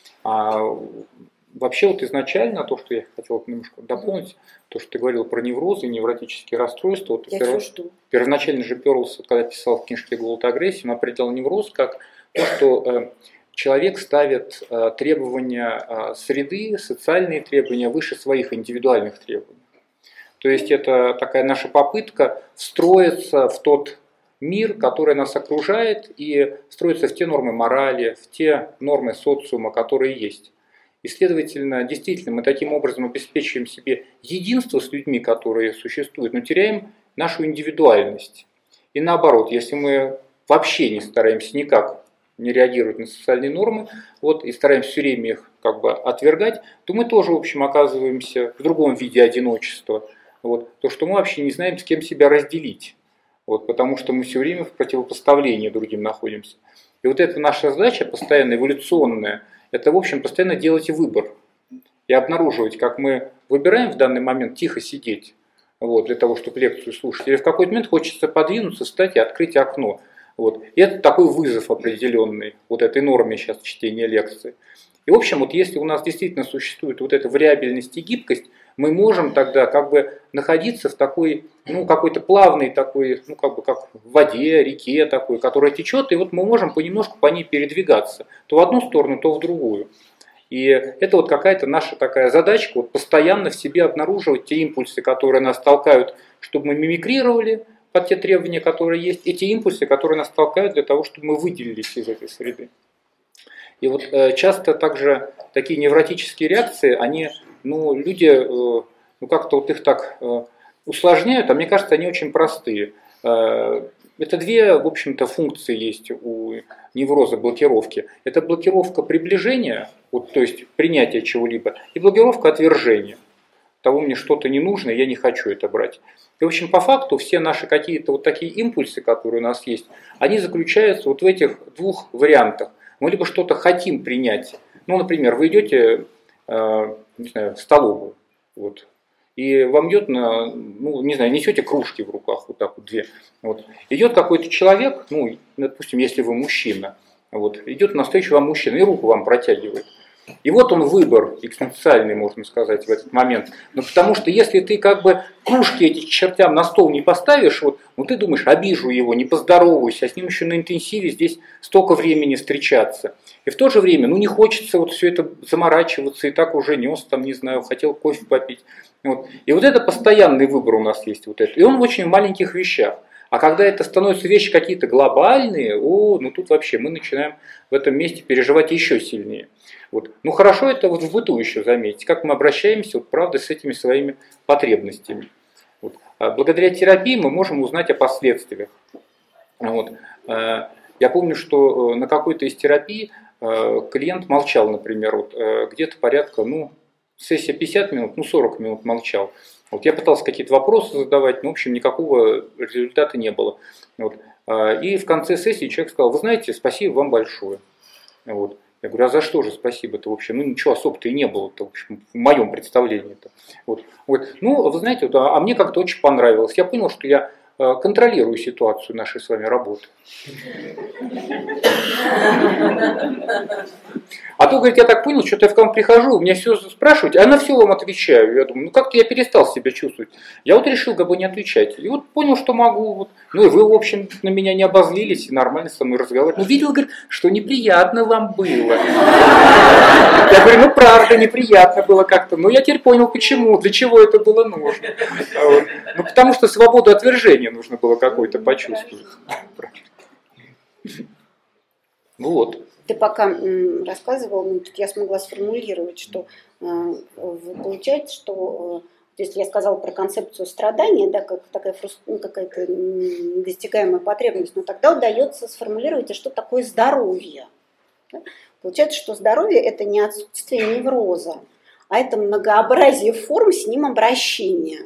[SPEAKER 2] Вообще изначально то, что я хотел немножко дополнить, то, что ты говорил про неврозы, невротические расстройства. Первоначально же Перлс, когда писал в книжке «Голод и агрессия», он определял невроз как то, что человек ставит требования среды, социальные требования выше своих индивидуальных требований. То есть это такая наша попытка встроиться в тот мир, который нас окружает, и встроиться в те нормы морали, в те нормы социума, которые есть. И, следовательно, действительно, мы таким образом обеспечиваем себе единство с людьми, которые существуют, но теряем нашу индивидуальность. И наоборот, если мы вообще не стараемся никак не реагировать на социальные нормы, и стараемся все время их отвергать, то мы тоже, в общем, оказываемся в другом виде одиночества. То, что мы вообще не знаем, с кем себя разделить. Потому что мы все время в противопоставлении другим находимся. И это наша задача, постоянно эволюционная, это, в общем, постоянно делать выбор. И обнаруживать, как мы выбираем в данный момент тихо сидеть, для того, чтобы лекцию слушать. Или в какой-то момент хочется подвинуться, встать и открыть окно. И это такой вызов определенный, этой норме сейчас чтения лекции. И, в общем, если у нас действительно существует эта вариабельность и гибкость, Мы можем тогда как бы находиться в такой, ну, какой-то плавной такой, ну, как бы как в воде, реке такой, которая течет, и вот мы можем понемножку по ней передвигаться, то в одну сторону, то в другую. И это вот какая-то наша такая задачка, вот постоянно в себе обнаруживать те импульсы, которые нас толкают, чтобы мы мимикрировали под те требования, которые есть, и те импульсы, которые нас толкают для того, чтобы мы выделились из этой среды. И вот часто также такие невротические реакции, они, ну, люди, ну, как-то вот их так усложняют, а мне кажется, они очень простые. Это две, в общем-то, функции есть у невроза блокировки. Это блокировка приближения, вот, то есть принятия чего-либо, и блокировка отвержения. Того мне что-то не нужно, я не хочу это брать. И, в общем, по факту все наши какие-то вот такие импульсы, которые у нас есть, они заключаются вот в этих двух вариантах. Мы либо что-то хотим принять. Ну, например, вы идете, не знаю, в столовую, вот, и вам идет, ну, не знаю, несете кружки в руках, вот так вот две. Вот. Идет какой-то человек, ну, допустим, если вы мужчина, вот, идет навстречу вам мужчина и руку вам протягивает. И вот он выбор экзистенциальный, можно сказать, в этот момент. Но потому что если ты как бы кружки эти чертям на стол не поставишь, вот, ну ты думаешь, обижу его, не поздороваюсь, а с ним еще на интенсиве здесь столько времени встречаться. И в то же время, ну не хочется вот все это заморачиваться, и так уже нес, там, не знаю, хотел кофе попить. Вот. И вот это постоянный выбор у нас есть. Вот это. И он в очень маленьких вещах. А когда это становятся вещи какие-то глобальные, ну тут вообще мы начинаем в этом месте переживать еще сильнее. Вот. Ну хорошо это вот в быту еще заметить, как мы обращаемся, вот, правда, с этими своими потребностями. Вот. А благодаря терапии мы можем узнать о последствиях. Вот. Я помню, что на какой-то из терапий клиент молчал, например, вот, где-то порядка, ну, сессия 50 минут, ну 40 минут молчал. Вот я пытался какие-то вопросы задавать, но, в общем, никакого результата не было. Вот. И в конце сессии человек сказал, вы знаете, спасибо вам большое. Вот. Я говорю, а за что же спасибо-то, в общем? Ну, ничего особо-то и не было-то, в общем, в моем представлении-то. Вот. Вот. Ну, вы знаете, вот, а мне как-то очень понравилось. Я понял, что я контролирую ситуацию нашей с вами работы. А то, говорит, я так понял, что-то я к вам прихожу, меня все спрашивают, а на все вам отвечаю. Я думаю, ну как-то я перестал себя чувствовать. Я вот решил как бы не отвечать. И вот понял, что могу. Вот. Ну и вы, в общем, на меня не обозлились и нормально со мной разговаривали. Ну видел, говорит, что неприятно вам было. Я говорю, ну правда, неприятно было как-то. Но я теперь понял, почему, для чего это было нужно. Вот. Ну потому что свободу отвержения нужно было какой-то почувствовать. Вот.
[SPEAKER 1] Ты пока рассказывал, тут я смогла сформулировать, что получается, что если я сказала про концепцию страдания, да, как такая какая-то недостигаемая потребность, но тогда удается сформулировать, а что такое здоровье. Да? Получается, что здоровье – это не отсутствие невроза, а это многообразие форм с ним обращения.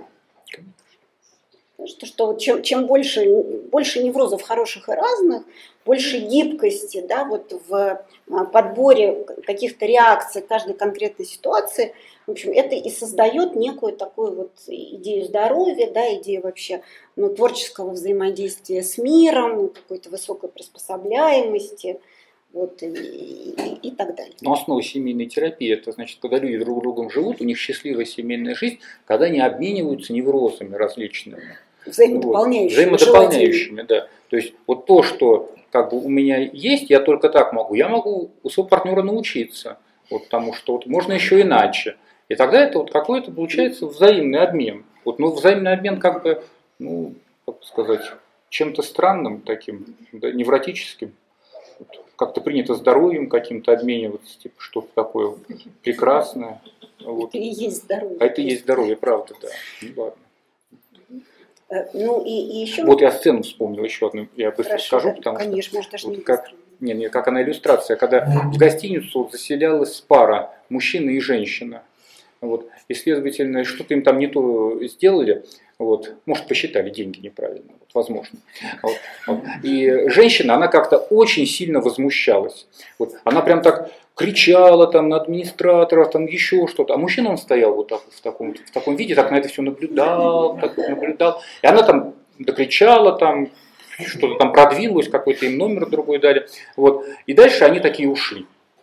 [SPEAKER 1] Что чем больше неврозов хороших и разных, больше гибкости, да, вот в подборе каких-то реакций к каждой конкретной ситуации, в общем, это и создает некую такую вот идею здоровья, да, идею вообще творческого взаимодействия с миром, какой-то высокой приспособляемости. Вот, и так далее.
[SPEAKER 2] Но основа семейной терапии, это значит, когда люди друг с другом живут, у них счастливая семейная жизнь, когда они обмениваются неврозами различными.
[SPEAKER 1] Взаимодополняющими.
[SPEAKER 2] Вот, взаимодополняющими, да. То есть вот то, что как бы у меня есть, я только так могу. Я могу у своего партнера научиться, вот, потому что вот, можно еще иначе. И тогда это вот какой-то получается взаимный обмен. Вот, ну, взаимный обмен как бы, ну, как сказать, чем-то странным таким, да, невротическим. Как-то принято здоровьем каким-то обмениваться, типа что-то такое прекрасное. Вот.
[SPEAKER 1] Это и есть здоровье.
[SPEAKER 2] А это и есть здоровье, правда, да. Ну ладно.
[SPEAKER 1] Ну и еще...
[SPEAKER 2] Вот я сцену вспомнил еще одну, я быстро скажу, потому
[SPEAKER 1] конечно,
[SPEAKER 2] что...
[SPEAKER 1] может, даже
[SPEAKER 2] вот
[SPEAKER 1] не
[SPEAKER 2] как, нет, как она иллюстрация, когда в гостиницу вот заселялась пара, мужчина и женщина. Вот. И, следовательно, что-то им там не то сделали, вот. Может, посчитали деньги неправильно, вот, возможно. Вот. Вот. И женщина, она как-то очень сильно возмущалась. Вот. Она прям так кричала там, на администратора, там еще что-то. А мужчина, он стоял вот так, в таком виде, так на это все наблюдал, так вот наблюдал. И она там докричала, там, что-то там продвинулось, какой-то им номер другой дали. Вот. И дальше они такие ушли.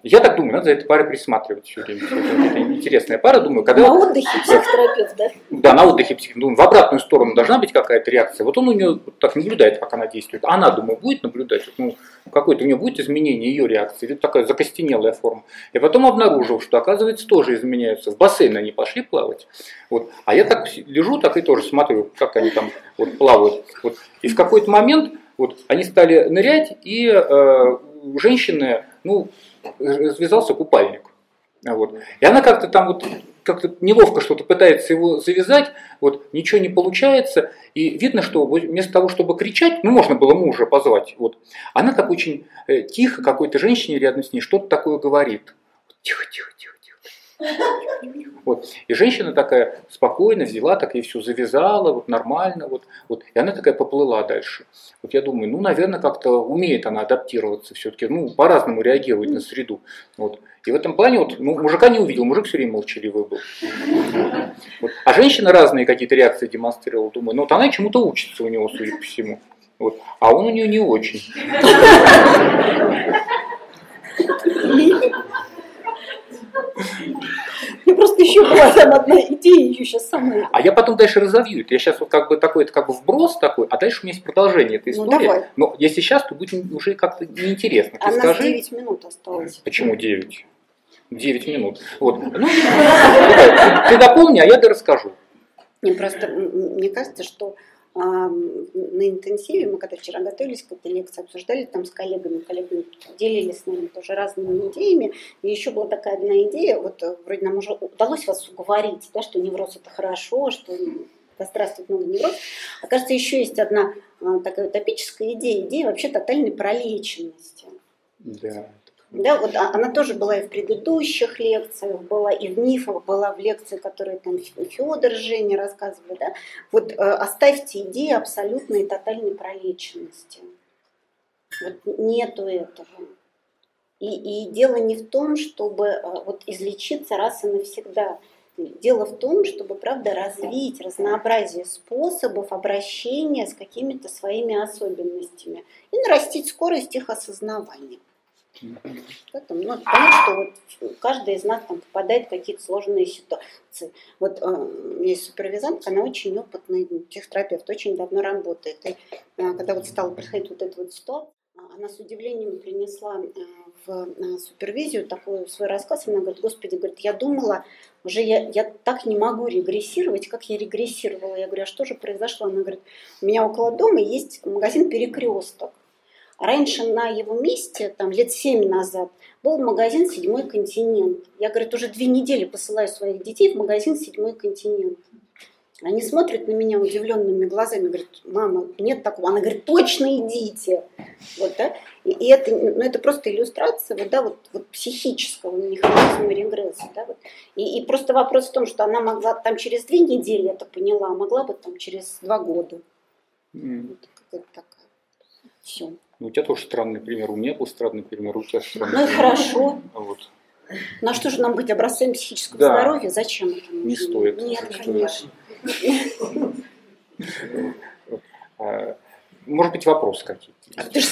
[SPEAKER 2] Я так думаю, надо за этой парой присматривать все время. Это интересная пара, думаю, когда...
[SPEAKER 3] На отдыхе психотерапевт, да?
[SPEAKER 2] Да, на отдыхе психотерапевт. Думаю, в обратную сторону должна быть какая-то реакция. Вот он у нее так наблюдает, как она действует. Она, думаю, будет наблюдать. Ну, какое-то у нее будет изменение ее реакции. Это такая закостенелая форма. И потом обнаружил, что, оказывается, тоже изменяются. В бассейн они пошли плавать. Вот. А я так лежу, так и тоже смотрю, как они там вот, плавают. Вот. И в какой-то момент вот, они стали нырять, и у женщины, ну, развязался купальник. Вот. И она как-то там вот как-то неловко что-то пытается его завязать, вот, ничего не получается, и видно, что вместо того, чтобы кричать, ну, можно было мужа позвать, вот, она так очень тихо какой-то женщине рядом с ней что-то такое говорит. Тихо, тихо, тихо, тихо. Вот. И женщина такая спокойно взяла, так ей все завязала, вот, нормально, вот, и она такая поплыла дальше. Вот я думаю, ну, наверное, как-то умеет она адаптироваться все-таки, ну, по-разному реагировать на среду. Вот. И в этом плане вот, ну, мужика не увидел, мужик все время молчаливый был. Вот. А женщина разные какие-то реакции демонстрировала, думаю, ну, вот она чему-то учится у него, судя по всему. Вот. А он у нее не очень.
[SPEAKER 3] Мне просто еще была там одна идея, еще сейчас самая.
[SPEAKER 2] А я потом дальше разовью это. Я сейчас вот как бы такой, это как бы вброс такой, а дальше у меня есть продолжение этой истории.
[SPEAKER 1] Ну, давай.
[SPEAKER 2] Но если сейчас, то будет уже как-то неинтересно. Ты
[SPEAKER 1] нас 9 минут осталось.
[SPEAKER 2] Почему 9? 9 минут. Вот. Ну, ты дополни, а я расскажу.
[SPEAKER 1] Мне кажется, что на интенсиве, мы когда вчера готовились к этой лекции, обсуждали там с коллегами делились с нами тоже разными идеями, и еще была такая одна идея, вот вроде нам уже удалось вас уговорить, да, что невроз это хорошо, что да здравствует много невроз. Окажется, еще есть одна такая утопическая идея вообще тотальной пролеченности.
[SPEAKER 2] Да.
[SPEAKER 1] Да, вот она тоже была и в предыдущих лекциях, была и в МИФах, была в лекции, которые там Федор с Женей рассказывали. Да? Вот оставьте идею абсолютной и тотальной пролеченности. Вот нету этого. И дело не в том, чтобы вот излечиться раз и навсегда. Дело в том, чтобы, правда, развить разнообразие способов обращения с какими-то своими особенностями и нарастить скорость их осознавания. Потому что вот каждый из нас там попадает в какие-то сложные ситуации. Вот у меня есть супервизантка, она очень опытный психотерапевт, очень давно работает. И когда вот стала приходить вот эта вот ситуация, она с удивлением принесла в супервизию такой свой рассказ. Она говорит, господи, говорит, я думала, уже я так не могу регрессировать, как я регрессировала. Я говорю, а что же произошло? Она говорит, у меня около дома есть магазин «Перекресток». Раньше на его месте, там, лет 7 назад, был магазин «Седьмой континент». Я, говорит, уже 2 недели посылаю своих детей в магазин «Седьмой континент». Они смотрят на меня удивленными глазами, говорят, мама, нет такого. Она говорит, точно идите. Вот, да? И это, ну, это просто иллюстрация вот, да, вот психического механизма регресса. Да, вот. И просто вопрос в том, что она могла там через 2 недели это поняла, а могла бы там через 2 года. Вот какая-то такая. Все.
[SPEAKER 2] Ну, у тебя тоже странный пример, у меня был странный пример, у тебя странный
[SPEAKER 1] пример.
[SPEAKER 2] Ну и
[SPEAKER 1] хорошо.
[SPEAKER 2] Вот.
[SPEAKER 1] Ну а что же нам быть образцами психического здоровья? Зачем это нужно?
[SPEAKER 2] Не стоит.
[SPEAKER 1] Нет, конечно.
[SPEAKER 2] Может быть, вопросы какие-то?
[SPEAKER 1] Ты же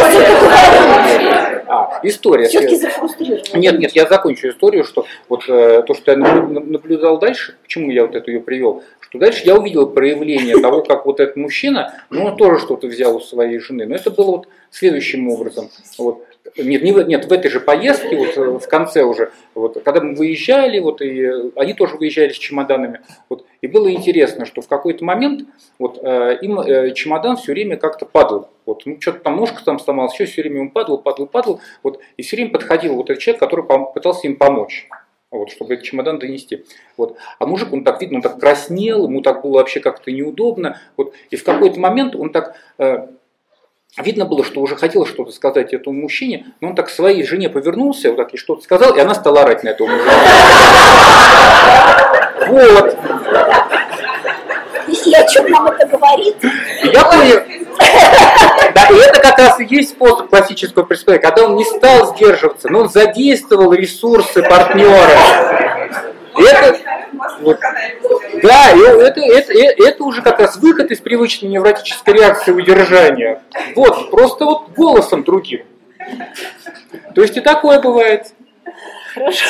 [SPEAKER 2] история.
[SPEAKER 1] Все-таки зафрустрирован.
[SPEAKER 2] Нет, я закончу историю, что вот то, что я наблюдал дальше, почему я вот эту ее привел, что дальше я увидел проявление того, как вот этот мужчина, ну, он тоже что-то взял у своей жены, но это было вот следующим образом. Вот. Нет, в этой же поездке, вот в конце уже, вот, когда мы выезжали, вот, и они тоже выезжали с чемоданами, вот, и было интересно, что в какой-то момент вот, им чемодан все время как-то падал, вот, ну, что-то там ножка там сломалась, все время он падал, вот, и все время подходил вот этот человек, который пытался им помочь. Вот, чтобы этот чемодан донести. Вот. А мужик, он так видно, он так краснел, ему так было вообще как-то неудобно. Вот. И в какой-то момент он так... видно было, что уже хотел что-то сказать этому мужчине, но он так к своей жене повернулся, вот так и что-то сказал, и она стала орать на этого мужика. Вот.
[SPEAKER 1] И о чем нам это говорит?
[SPEAKER 2] Я понял. Да, и это как раз и есть способ классического представления, когда он не стал сдерживаться, но он задействовал ресурсы партнера. Да, и это уже как раз выход из привычной невротической реакции удержания. Вот, просто вот голосом другим. То есть и такое бывает.
[SPEAKER 3] Хорошо.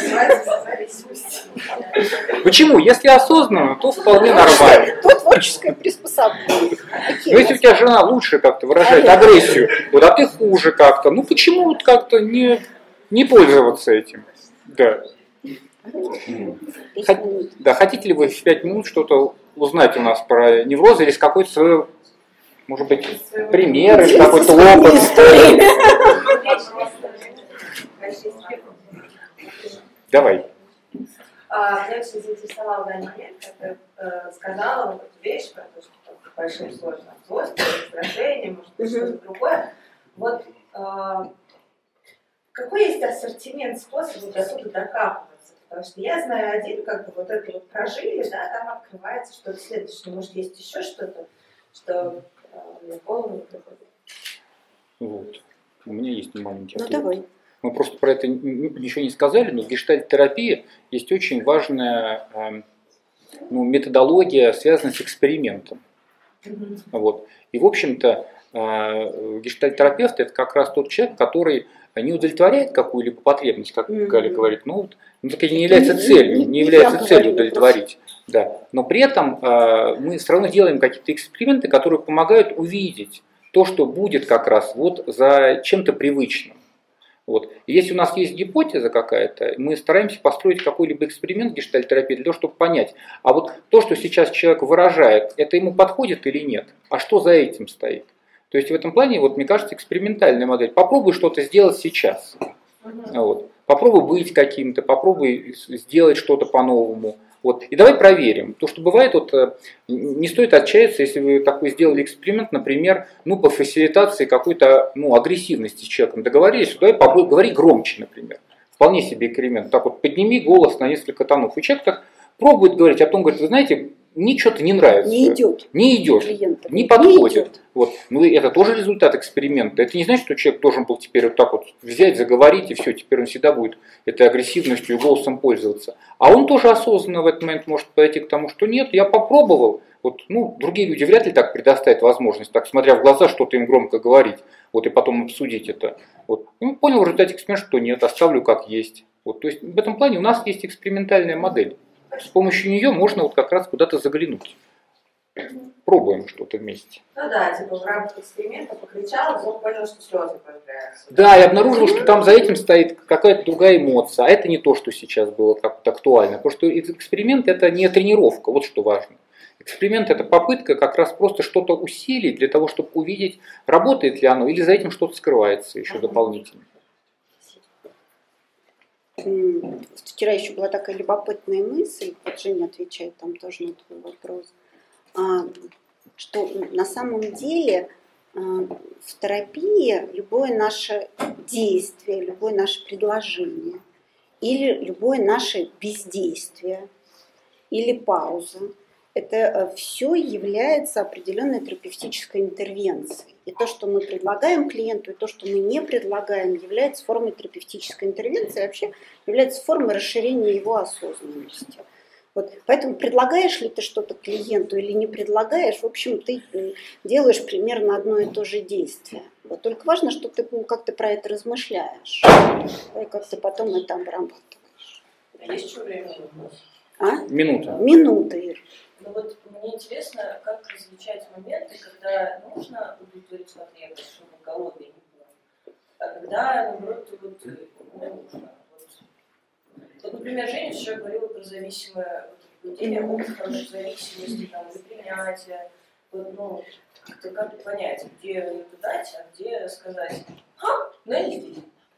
[SPEAKER 2] Почему? Если осознанно, то вполне нормально.
[SPEAKER 1] То творческое приспособление.
[SPEAKER 2] Но если у тебя жена лучше как-то выражает агрессию, вот, а ты хуже как-то, ну почему вот как-то не пользоваться этим? Да. Да, хотите ли вы в 5 минут что-то узнать у нас про неврозы или с какой-то свой, может быть, пример или какой-то опыт? Давай.
[SPEAKER 4] Меня очень заинтересовал данный момент, как ты сказала вот эту вещь про то, что большим сложно злость, раздражение, может быть, что-то другое. Вот какой есть ассортимент способов до сюда докапываться? Потому что я знаю один, как бы вот это вот прожили, да, там открывается что-то следующее. Может, есть еще что-то, что мне в голову не приходит.
[SPEAKER 2] Вот. У меня есть маленький
[SPEAKER 1] Ну,
[SPEAKER 2] ответ.
[SPEAKER 1] давай.
[SPEAKER 2] Мы просто про это ничего не сказали, но в гештальт-терапии есть очень важная методология, связанная с экспериментом. Вот. И, в общем-то, гештальт-терапевт – это как раз тот человек, который не удовлетворяет какую-либо потребность, как Галя говорит, но так и не является целью, не является целью удовлетворить. Да. Но при этом мы все равно делаем какие-то эксперименты, которые помогают увидеть то, что будет как раз вот за чем-то привычным. Вот. И если у нас есть гипотеза какая-то, мы стараемся построить какой-либо эксперимент гештальт-терапии для того, чтобы понять, а вот то, что сейчас человек выражает, это ему подходит или нет, а что за этим стоит. То есть в этом плане, вот, мне кажется, экспериментальная модель. Попробуй что-то сделать сейчас. Вот. Попробуй быть каким-то, попробуй сделать что-то по-новому. Вот. И давай проверим. То, что бывает, вот, не стоит отчаяться, если вы такой сделали эксперимент, например, по фасилитации какой-то агрессивности с человеком. Договорились, давай говори громче, например. Вполне себе эксперимент. Так вот, подними голос на несколько тонов. И человек так пробует говорить, а потом говорит, вы знаете, мне что-то не нравится.
[SPEAKER 1] Не идет.
[SPEAKER 2] Не идет. Не подходит. Вот. Ну, это тоже результат эксперимента. Это не значит, что человек должен был теперь вот так вот взять, заговорить, и все, теперь он всегда будет этой агрессивностью и голосом пользоваться. А он тоже осознанно в этот момент может подойти к тому, что нет, я попробовал. Вот, другие люди вряд ли так предоставят возможность, так смотря в глаза, что-то им громко говорить, вот, и потом обсудить это. Вот. И понял в результате эксперимента, что нет, оставлю как есть. Вот. То есть в этом плане у нас есть экспериментальная модель. С помощью нее можно вот как раз куда-то заглянуть. Пробуем что-то вместе.
[SPEAKER 4] Ну да, типа в рамках эксперимента покричал, вдруг понял, что слезы появляются.
[SPEAKER 2] Да, и обнаружил, что там за этим стоит какая-то другая эмоция, а это не то, что сейчас было как-то актуально. Потому что эксперимент – это не тренировка, вот что важно. Эксперимент – это попытка как раз просто что-то усилить для того, чтобы увидеть, работает ли оно, или за этим что-то скрывается еще дополнительно.
[SPEAKER 1] Вчера еще была такая любопытная мысль, вот Женя отвечает там тоже на твой вопрос, что на самом деле в терапии любое наше действие, любое наше предложение или любое наше бездействие или пауза, это все является определенной терапевтической интервенцией. И то, что мы предлагаем клиенту, и то, что мы не предлагаем, является формой терапевтической интервенции, вообще является формой расширения его осознанности. Вот. Поэтому предлагаешь ли ты что-то клиенту или не предлагаешь, в общем, ты делаешь примерно одно и то же действие. Вот. Только важно, что ты как ты про это размышляешь, и как ты потом это обрабатываешь.
[SPEAKER 4] А есть еще время?
[SPEAKER 2] Минута.
[SPEAKER 1] Минута, Ир.
[SPEAKER 5] Ну вот мне интересно, как различать моменты, когда нужно удовлетворить потребность, чтобы голодный не был, а когда, наоборот, не нужно. Вот, например, Женя вчера говорила про зависимое поведение, опыт хорошей зависимости, там, или принятия. Вот, как понять, где это дать, а где сказать, найди.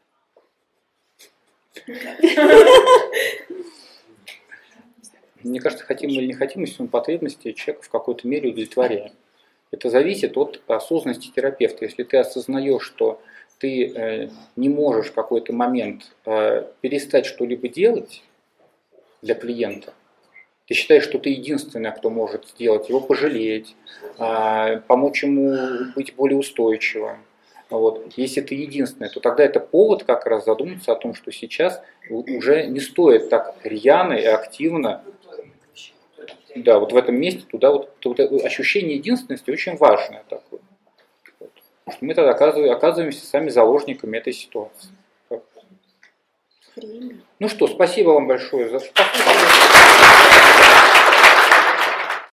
[SPEAKER 2] Мне кажется, хотим мы или не хотим, если мы потребности человека в какой-то мере удовлетворяем. Это зависит от осознанности терапевта. Если ты осознаешь, что ты не можешь в какой-то момент перестать что-либо делать для клиента, ты считаешь, что ты единственная, кто может сделать, его пожалеть, помочь ему быть более устойчивым. Вот. Если ты единственная, то тогда это повод как раз задуматься о том, что сейчас уже не стоит так рьяно и активно. Да, вот в этом месте туда вот ощущение единственности очень важное такое. Вот. Потому что мы тогда оказываемся сами заложниками этой ситуации.
[SPEAKER 1] Время.
[SPEAKER 2] Ну что, спасибо вам большое за...